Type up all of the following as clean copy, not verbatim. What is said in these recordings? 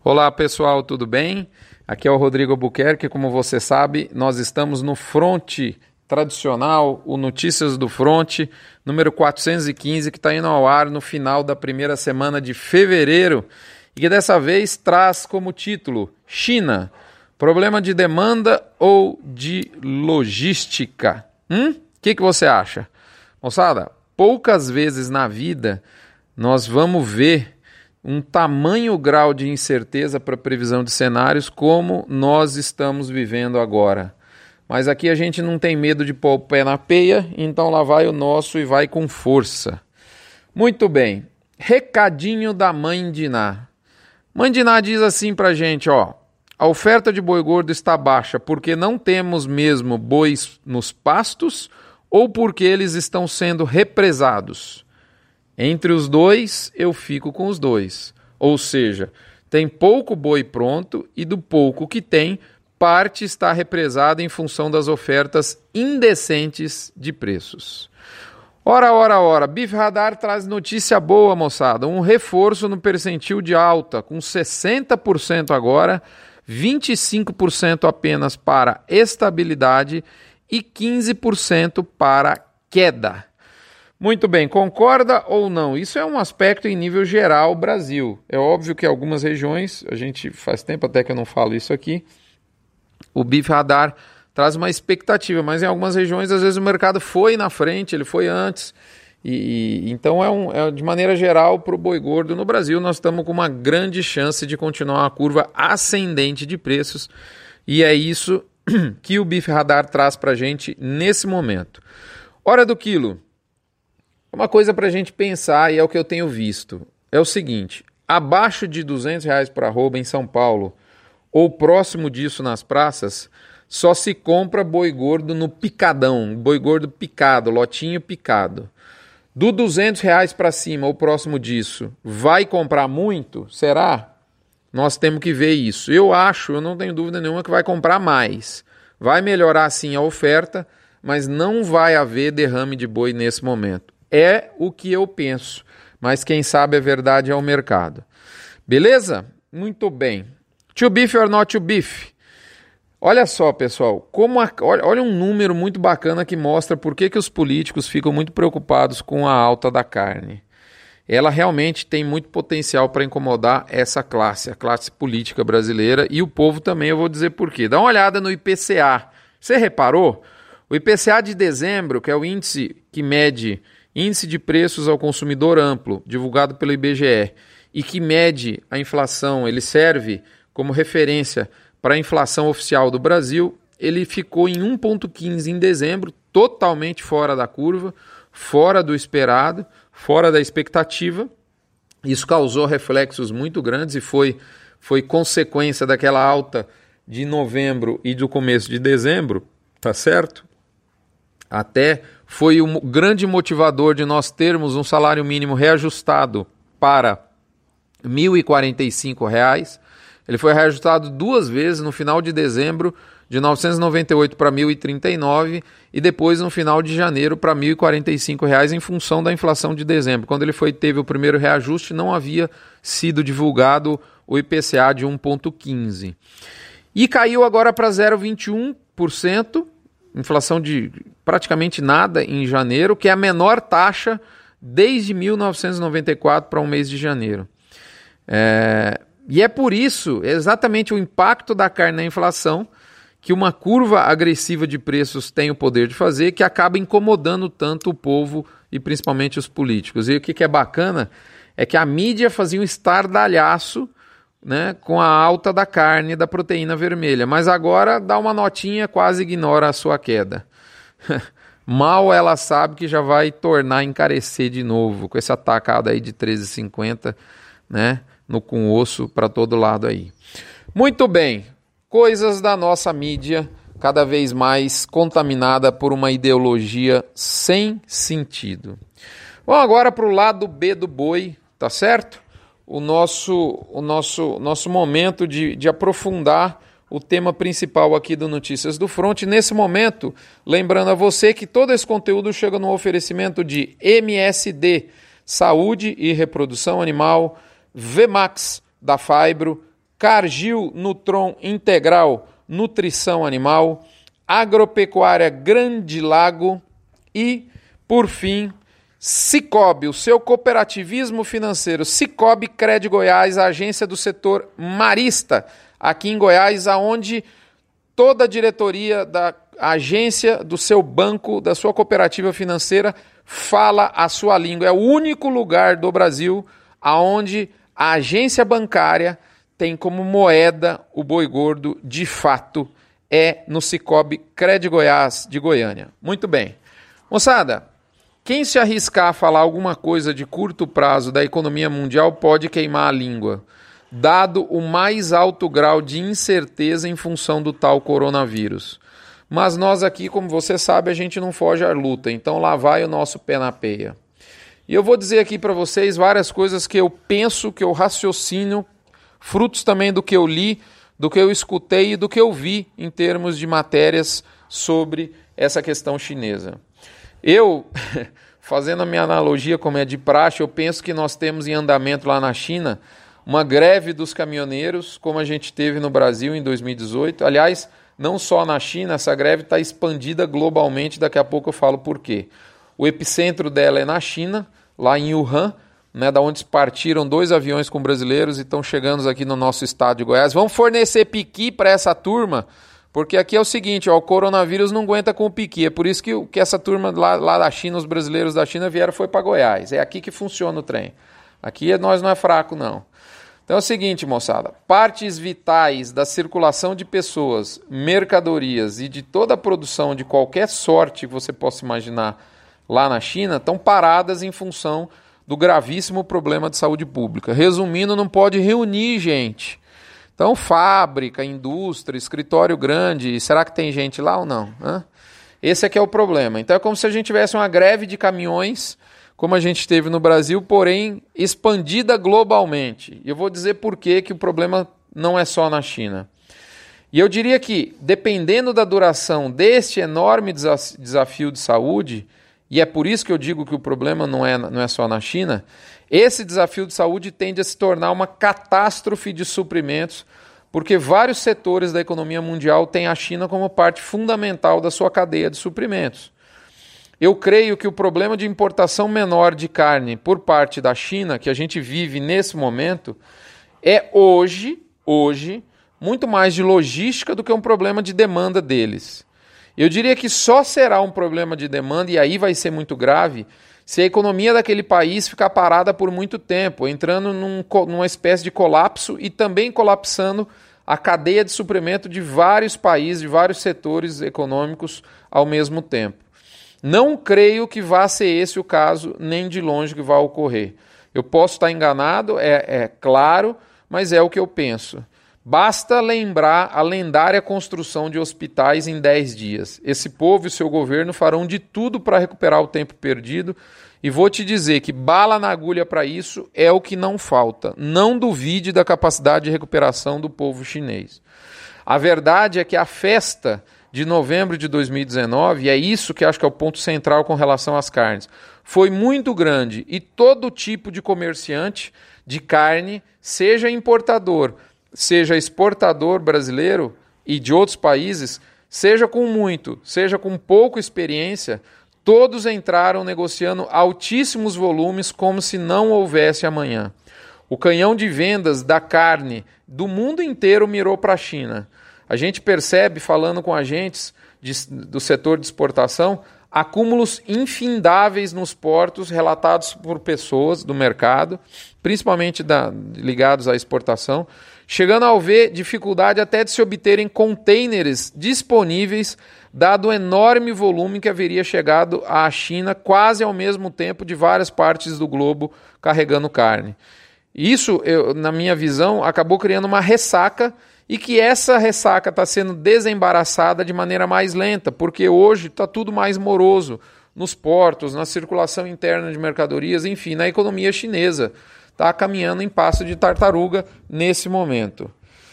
Olá pessoal, tudo bem? Aqui é o Rodrigo Albuquerque. Como você sabe, nós estamos no Fronte tradicional, o Notícias do Fronte, número 415, que está indo ao ar no final da primeira semana de fevereiro e que dessa vez traz como título China, problema de demanda ou de logística? Que você acha? Moçada, poucas vezes na vida nós vamos ver um tamanho grau de incerteza para previsão de cenários como nós estamos vivendo agora. Mas aqui a gente não tem medo de pôr o pé na peia, então lá vai o nosso e vai com força. Muito bem, recadinho da Mãe Diná. Mãe Diná diz assim pra gente, ó: a oferta de boi gordo está baixa porque não temos mesmo bois nos pastos ou porque eles estão sendo represados? Entre os dois, eu fico com os dois. Ou seja, tem pouco boi pronto e do pouco que tem, parte está represada em função das ofertas indecentes de preços. Ora, Bife Radar traz notícia boa, moçada. Um reforço no percentil de alta, com 60% agora, 25% apenas para estabilidade e 15% para queda. Muito bem, concorda ou não? Isso é um aspecto em nível geral Brasil. É óbvio que algumas regiões, a gente faz tempo até que eu não falo isso aqui, o Bife Radar traz uma expectativa, mas em algumas regiões às vezes o mercado foi na frente, ele foi antes. Então de maneira geral para o boi gordo no Brasil nós estamos com uma grande chance de continuar uma curva ascendente de preços e é isso que o Bife Radar traz para a gente nesse momento. Hora do quilo. Uma coisa para a gente pensar, e é o que eu tenho visto, é o seguinte: abaixo de R$200 por arroba em São Paulo, ou próximo disso nas praças, só se compra boi gordo no picadão, boi gordo picado, lotinho picado. Do R$200 para cima, ou próximo disso, vai comprar muito? Será? Nós temos que ver isso. Eu não tenho dúvida nenhuma que vai comprar mais. Vai melhorar sim a oferta, mas não vai haver derrame de boi nesse momento. É o que eu penso, mas quem sabe a verdade é o mercado. Beleza? Muito bem. To beef or not to beef? Olha só, pessoal, olha um número muito bacana que mostra por que os políticos ficam muito preocupados com a alta da carne. Ela realmente tem muito potencial para incomodar essa classe, a classe política brasileira e o povo também, eu vou dizer por quê. Dá uma olhada no IPCA. Você reparou? O IPCA de dezembro, que é o índice que mede Índice de Preços ao Consumidor Amplo, divulgado pelo IBGE, e que mede a inflação, ele serve como referência para a inflação oficial do Brasil, ele ficou em 1,15 em dezembro, totalmente fora da curva, fora do esperado, fora da expectativa. Isso causou reflexos muito grandes e foi consequência daquela alta de novembro e do começo de dezembro, tá certo? Até foi um grande motivador de nós termos um salário mínimo reajustado para R$ 1.045. Ele foi reajustado 2 vezes, no final de dezembro, de 998 para 1.039 e depois no final de janeiro para R$ 1.045 em função da inflação de dezembro. Quando ele teve o primeiro reajuste, não havia sido divulgado o IPCA de 1,15. E caiu agora para 0,21%, inflação de praticamente nada em janeiro, que é a menor taxa desde 1994 para um mês de janeiro. E é por isso, exatamente o impacto da carne na inflação, que uma curva agressiva de preços tem o poder de fazer, que acaba incomodando tanto o povo e principalmente os políticos. E o que é bacana é que a mídia fazia um estardalhaço, né, com a alta da carne e da proteína vermelha, mas agora dá uma notinha, quase ignora a sua queda. Mal ela sabe que já vai tornar a encarecer de novo, com essa tacada aí de R$13,50, né, com osso para todo lado aí. Muito bem, coisas da nossa mídia, cada vez mais contaminada por uma ideologia sem sentido. Vamos agora para o lado B do boi, tá certo? O nosso momento de aprofundar o tema principal aqui do Notícias do Fronte. Nesse momento, lembrando a você que todo esse conteúdo chega no oferecimento de MSD, Saúde e Reprodução Animal, VMAX, da Fibro, Cargill Nutron Integral Nutrição Animal, Agropecuária Grande Lago e, por fim, Sicoob, o seu cooperativismo financeiro. Sicoob Cred Goiás, a agência do setor marista, aqui em Goiás, aonde toda a diretoria da agência do seu banco, da sua cooperativa financeira, fala a sua língua. É o único lugar do Brasil aonde a agência bancária tem como moeda o boi gordo, de fato, é no Sicoob Cred Goiás de Goiânia. Muito bem. Moçada, quem se arriscar a falar alguma coisa de curto prazo da economia mundial pode queimar a língua, dado o mais alto grau de incerteza em função do tal coronavírus. Mas nós aqui, como você sabe, a gente não foge à luta, então lá vai o nosso pé na peia. E eu vou dizer aqui para vocês várias coisas que eu penso, que eu raciocino, frutos também do que eu li, do que eu escutei e do que eu vi em termos de matérias sobre essa questão chinesa. Eu, fazendo a minha analogia como é de praxe, eu penso que nós temos em andamento lá na China uma greve dos caminhoneiros, como a gente teve no Brasil em 2018. Aliás, não só na China, essa greve está expandida globalmente, daqui a pouco eu falo por quê. O epicentro dela é na China, lá em Wuhan, da onde partiram 2 aviões com brasileiros e estão chegando aqui no nosso estado de Goiás. Vamos fornecer piqui para essa turma, porque aqui é o seguinte, o coronavírus não aguenta com o piqui, é por isso que essa turma lá da China, os brasileiros da China vieram foi para Goiás. É aqui que funciona o trem. Aqui nós não é fraco, não. Então é o seguinte, moçada, partes vitais da circulação de pessoas, mercadorias e de toda a produção de qualquer sorte que você possa imaginar lá na China estão paradas em função do gravíssimo problema de saúde pública. Resumindo, não pode reunir gente. Então, fábrica, indústria, escritório grande, será que tem gente lá ou não? Esse aqui é o problema. Então, é como se a gente tivesse uma greve de caminhões, como a gente teve no Brasil, porém expandida globalmente. E eu vou dizer por que o problema não é só na China. E eu diria que, dependendo da duração deste enorme desafio de saúde, e é por isso que eu digo que o problema não é só na China, esse desafio de saúde tende a se tornar uma catástrofe de suprimentos, porque vários setores da economia mundial têm a China como parte fundamental da sua cadeia de suprimentos. Eu creio que o problema de importação menor de carne por parte da China, que a gente vive nesse momento, é hoje, muito mais de logística do que um problema de demanda deles. Eu diria que só será um problema de demanda, e aí vai ser muito grave, se a economia daquele país ficar parada por muito tempo, entrando numa espécie de colapso e também colapsando a cadeia de suprimento de vários países, de vários setores econômicos ao mesmo tempo. Não creio que vá ser esse o caso, nem de longe que vá ocorrer. Eu posso estar enganado, é claro, mas é o que eu penso. Basta lembrar a lendária construção de hospitais em 10 dias. Esse povo e seu governo farão de tudo para recuperar o tempo perdido, e vou te dizer que bala na agulha para isso é o que não falta. Não duvide da capacidade de recuperação do povo chinês. A verdade é que a festa de novembro de 2019, e é isso que acho que é o ponto central com relação às carnes, foi muito grande, e todo tipo de comerciante de carne, seja importador, seja exportador brasileiro e de outros países, seja com muito, seja com pouca experiência, todos entraram negociando altíssimos volumes como se não houvesse amanhã. O canhão de vendas da carne do mundo inteiro mirou para a China. A gente percebe, falando com agentes do setor de exportação, acúmulos infindáveis nos portos relatados por pessoas do mercado, principalmente ligados à exportação, chegando a haver dificuldade até de se obterem containers disponíveis, dado o enorme volume que haveria chegado à China quase ao mesmo tempo de várias partes do globo carregando carne. Isso, na minha visão, acabou criando uma ressaca, e que essa ressaca está sendo desembaraçada de maneira mais lenta, porque hoje está tudo mais moroso nos portos, na circulação interna de mercadorias, enfim, na economia chinesa. Está caminhando em passo de tartaruga nesse momento.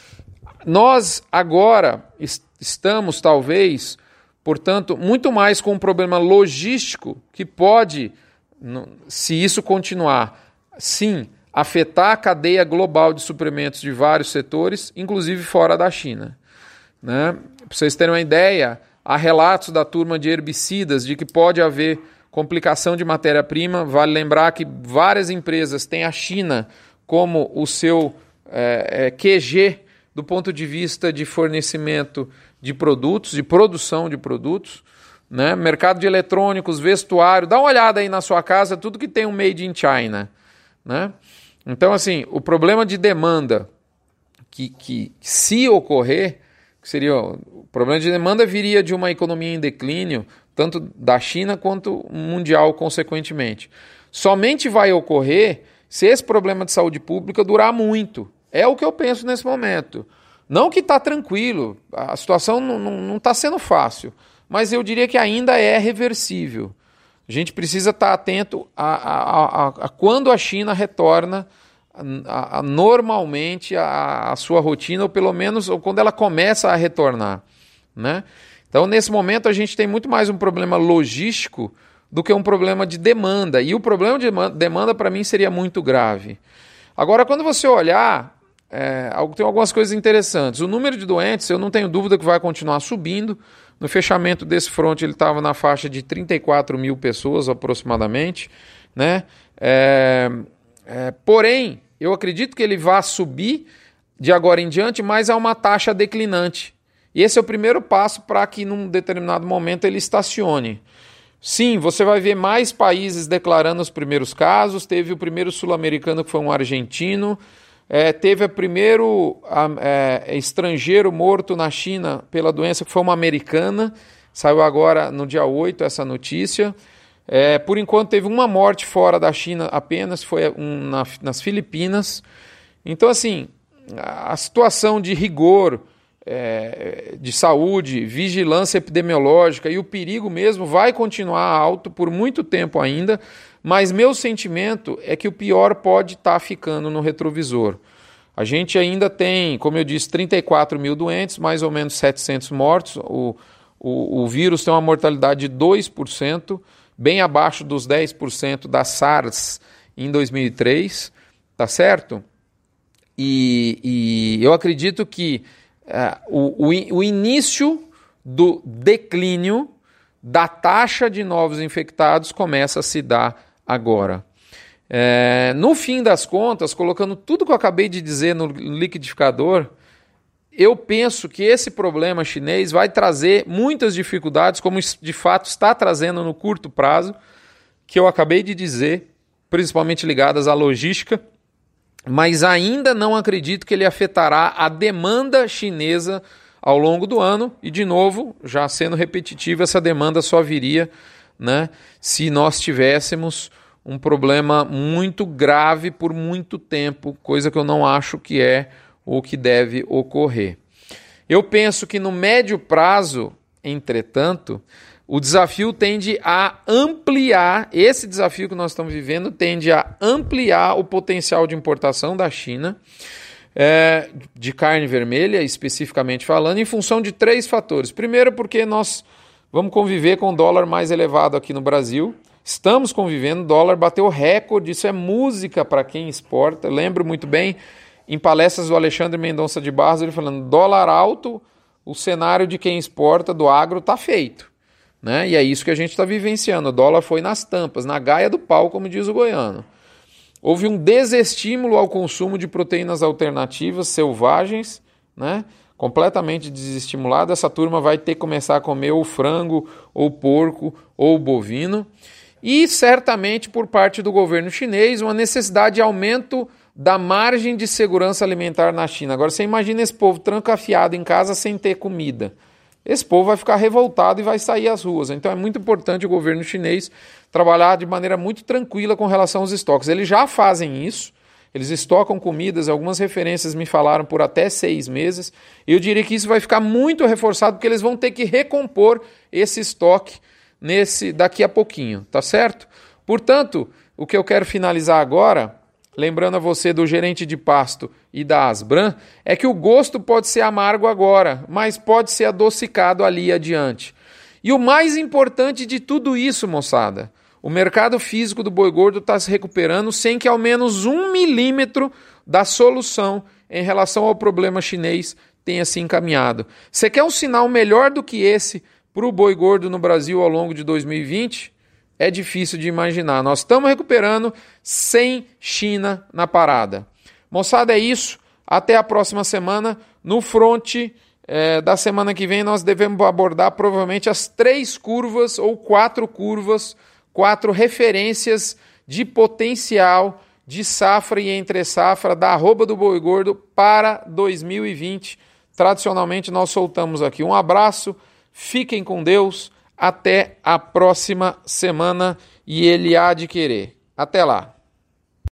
Nós agora estamos, talvez, portanto, muito mais com um problema logístico que pode, se isso continuar, sim, afetar a cadeia global de suprimentos de vários setores, inclusive fora da China, né? Para vocês terem uma ideia, há relatos da turma de herbicidas de que pode haver complicação de matéria-prima. Vale lembrar que várias empresas têm a China como o seu QG do ponto de vista de fornecimento de produtos, de produção de produtos, né? Mercado de eletrônicos, vestuário, dá uma olhada aí na sua casa, tudo que tem um Made in China, né? Então, assim, o problema de demanda que se ocorrer, que seria o problema de demanda viria de uma economia em declínio, tanto da China quanto mundial, consequentemente. Somente vai ocorrer se esse problema de saúde pública durar muito. É o que eu penso nesse momento. Não que está tranquilo, a situação não está sendo fácil, mas eu diria que ainda é reversível. A gente precisa estar atento a quando a China retorna normalmente a sua rotina, ou pelo menos quando ela começa a retornar, né? Então, nesse momento, a gente tem muito mais um problema logístico do que um problema de demanda. E o problema de demanda, para mim, seria muito grave. Agora, quando você olhar, tem algumas coisas interessantes. O número de doentes, eu não tenho dúvida que vai continuar subindo. No fechamento desse fronte, ele estava na faixa de 34 mil pessoas, aproximadamente, né? Porém, eu acredito que ele vai subir de agora em diante, mas a uma taxa declinante. E esse é o primeiro passo para que, num determinado momento, ele estacione. Sim, você vai ver mais países declarando os primeiros casos. Teve o primeiro sul-americano, que foi um argentino. Teve o primeiro estrangeiro morto na China pela doença, que foi uma americana. Saiu agora, no dia 8, essa notícia. Por enquanto, teve uma morte fora da China apenas, foi nas Filipinas. Então, assim, a situação de rigor, de saúde, vigilância epidemiológica e o perigo mesmo vai continuar alto por muito tempo ainda, mas meu sentimento é que o pior pode estar ficando no retrovisor. A gente ainda tem, como eu disse, 34 mil doentes, mais ou menos 700 mortos. O vírus tem uma mortalidade de 2%, bem abaixo dos 10% da SARS em 2003, tá certo? E eu acredito que o início do declínio da taxa de novos infectados começa a se dar agora. No fim das contas, colocando tudo que eu acabei de dizer no liquidificador, eu penso que esse problema chinês vai trazer muitas dificuldades, como de fato está trazendo no curto prazo, que eu acabei de dizer, principalmente ligadas à logística, mas ainda não acredito que ele afetará a demanda chinesa ao longo do ano. E, de novo, já sendo repetitivo, essa demanda só viria, né, se nós tivéssemos um problema muito grave por muito tempo, coisa que eu não acho que é o que deve ocorrer. Eu penso que no médio prazo, entretanto, o desafio tende a ampliar, esse desafio que nós estamos vivendo tende a ampliar o potencial de importação da China, de carne vermelha, especificamente falando, em função de 3 fatores. Primeiro, porque nós vamos conviver com o dólar mais elevado aqui no Brasil. Estamos convivendo, o dólar bateu recorde, isso é música para quem exporta. Eu lembro muito bem, em palestras do Alexandre Mendonça de Barros, ele falando, dólar alto, o cenário de quem exporta do agro está feito, né? E é isso que a gente está vivenciando. O dólar foi nas tampas, na gaia do pau, como diz o goiano. Houve um desestímulo ao consumo de proteínas alternativas selvagens, né? Completamente desestimulado. Essa turma vai ter que começar a comer ou frango, ou porco, ou bovino. E certamente por parte do governo chinês uma necessidade de aumento da margem de segurança alimentar na China. Agora você imagina esse povo trancafiado em casa sem ter comida. Esse povo vai ficar revoltado e vai sair às ruas. Então é muito importante o governo chinês trabalhar de maneira muito tranquila com relação aos estoques. Eles já fazem isso, eles estocam comidas, algumas referências me falaram por até 6 meses. Eu diria que isso vai ficar muito reforçado, porque eles vão ter que recompor esse estoque daqui a pouquinho, tá certo? Portanto, o que eu quero finalizar agora, lembrando a você do gerente de pasto e da Asbram, é que o gosto pode ser amargo agora, mas pode ser adocicado ali adiante. E o mais importante de tudo isso, moçada, O mercado físico do boi gordo está se recuperando sem que ao menos 1 milímetro da solução em relação ao problema chinês tenha se encaminhado. Você quer um sinal melhor do que esse para o boi gordo no Brasil ao longo de 2020? É difícil de imaginar. Nós estamos recuperando sem China na parada. Moçada, é isso. Até a próxima semana. No front da semana que vem nós devemos abordar provavelmente as 3 curvas ou 4 curvas, 4 referências de potencial de safra e entre safra da arroba do boi gordo para 2020. Tradicionalmente nós soltamos aqui. Um abraço, fiquem com Deus, até a próxima semana e ele há de querer. Até lá.